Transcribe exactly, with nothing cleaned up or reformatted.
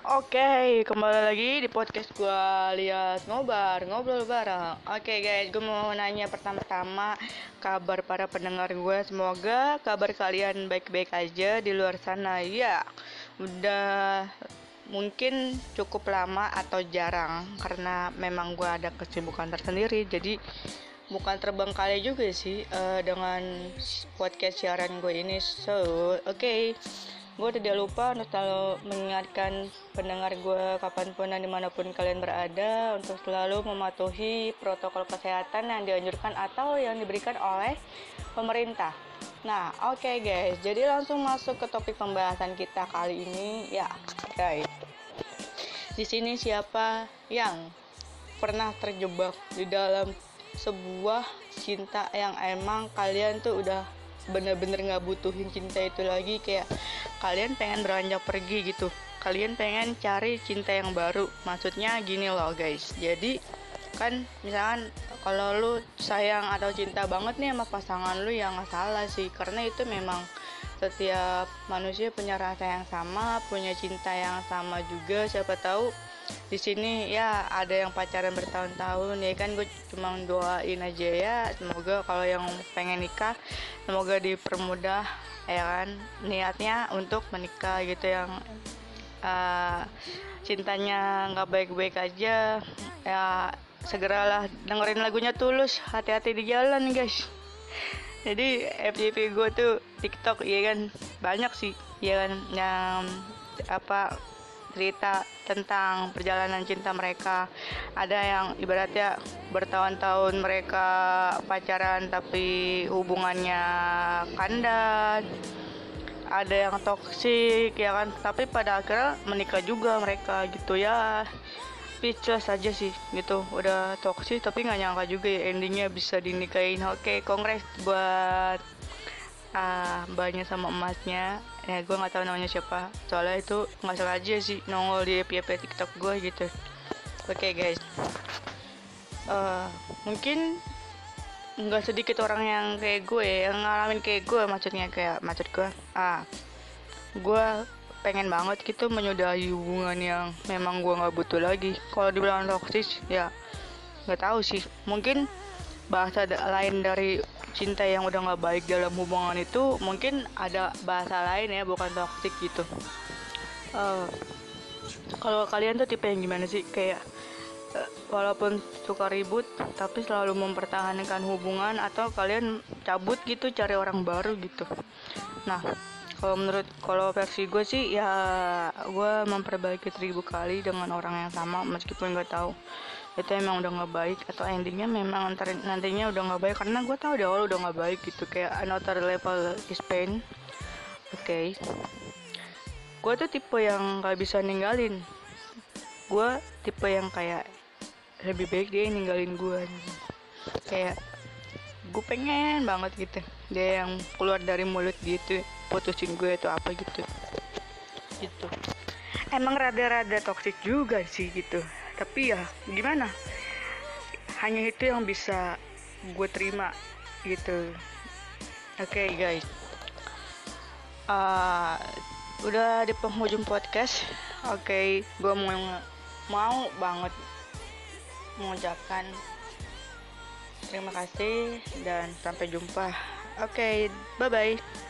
Oke, kembali lagi di podcast gue alias ngobar, ngobrol bareng. Oke guys, gue mau nanya pertama-tama kabar para pendengar gue. Semoga kabar kalian baik-baik aja di luar sana. Ya, udah mungkin cukup lama atau jarang karena memang gue ada kesibukan tersendiri. Jadi bukan terbengkalai juga sih uh, dengan podcast siaran gue ini. So, oke. Okay. Gue tidak lupa untuk selalu mengingatkan pendengar gue kapanpun dan dimanapun kalian berada untuk selalu mematuhi protokol kesehatan yang dianjurkan atau yang diberikan oleh pemerintah. Nah, oke okay guys, jadi langsung masuk ke topik pembahasan kita kali ini. Ya, guys. Di sini siapa yang pernah terjebak di dalam sebuah cinta yang emang kalian tuh udah bener-bener gak butuhin cinta itu lagi, kayak kalian pengen beranjak pergi gitu, kalian pengen cari cinta yang baru. Maksudnya gini loh guys, jadi kan misalkan kalau lu sayang atau cinta banget nih sama pasangan lu, ya gak salah sih, karena itu memang setiap manusia punya rasa yang sama, punya cinta yang sama juga. Siapa tahu di sini ya ada yang pacaran bertahun-tahun, ya kan. Gue cuma doain aja ya, semoga kalau yang pengen nikah semoga dipermudah ya kan, niatnya untuk menikah gitu. Yang uh, cintanya nggak baik-baik aja ya segeralah dengerin lagunya Tulus, hati-hati di jalan guys. Jadi F Y P gue tuh TikTok ya kan, banyak sih ya kan yang apa cerita tentang perjalanan cinta mereka. Ada yang ibaratnya bertahun-tahun mereka pacaran tapi hubungannya kandas, ada yang toksik ya kan, tapi pada akhirnya menikah juga mereka gitu ya. Speechless aja sih gitu, udah toksik tapi nggak nyangka juga ya endingnya bisa dinikahin. Oke, kongres buat uh, mbaknya sama emasnya. Ya gue nggak tahu namanya siapa, soalnya itu nggak sengaja sih nongol di F Y P TikTok gue gitu. Oke guys, uh, mungkin nggak sedikit orang yang kayak gue, yang ngalamin kayak gue. Maksudnya kayak maksud gue, ah gue pengen banget gitu menyudahi hubungan yang memang gue nggak butuh lagi. Kalau dibilang toksis ya nggak tahu sih, mungkin bahasa lain dari cinta yang udah nggak baik dalam hubungan itu, mungkin ada bahasa lain ya, bukan toksik gitu. Uh, kalau kalian tuh tipe yang gimana sih, kayak uh, walaupun suka ribut tapi selalu mempertahankan hubungan, atau kalian cabut gitu cari orang baru gitu? Nah, kalau menurut kalau versi gue sih ya gue memperbaiki seribu kali dengan orang yang sama meskipun gue tahu itu emang udah nggak baik, atau endingnya memang ntar, nantinya udah nggak baik, karena gue tahu di awal udah nggak baik gitu. Kayak another level is pain. Oke, okay. Gue tuh tipe yang nggak bisa ninggalin. Gue tipe yang kayak lebih baik dia ninggalin gue. Kayak gue pengen banget gitu dia yang keluar dari mulut gitu, putusin gue itu apa gitu gitu. Emang rada-rada toksik juga sih gitu, tapi ya gimana, hanya itu yang bisa gue terima gitu. Oke okay, guys, uh, udah di penghujung podcast. Oke, okay, gue mau mau banget mengucapkan terima kasih dan sampai jumpa. Oke, okay, bye bye.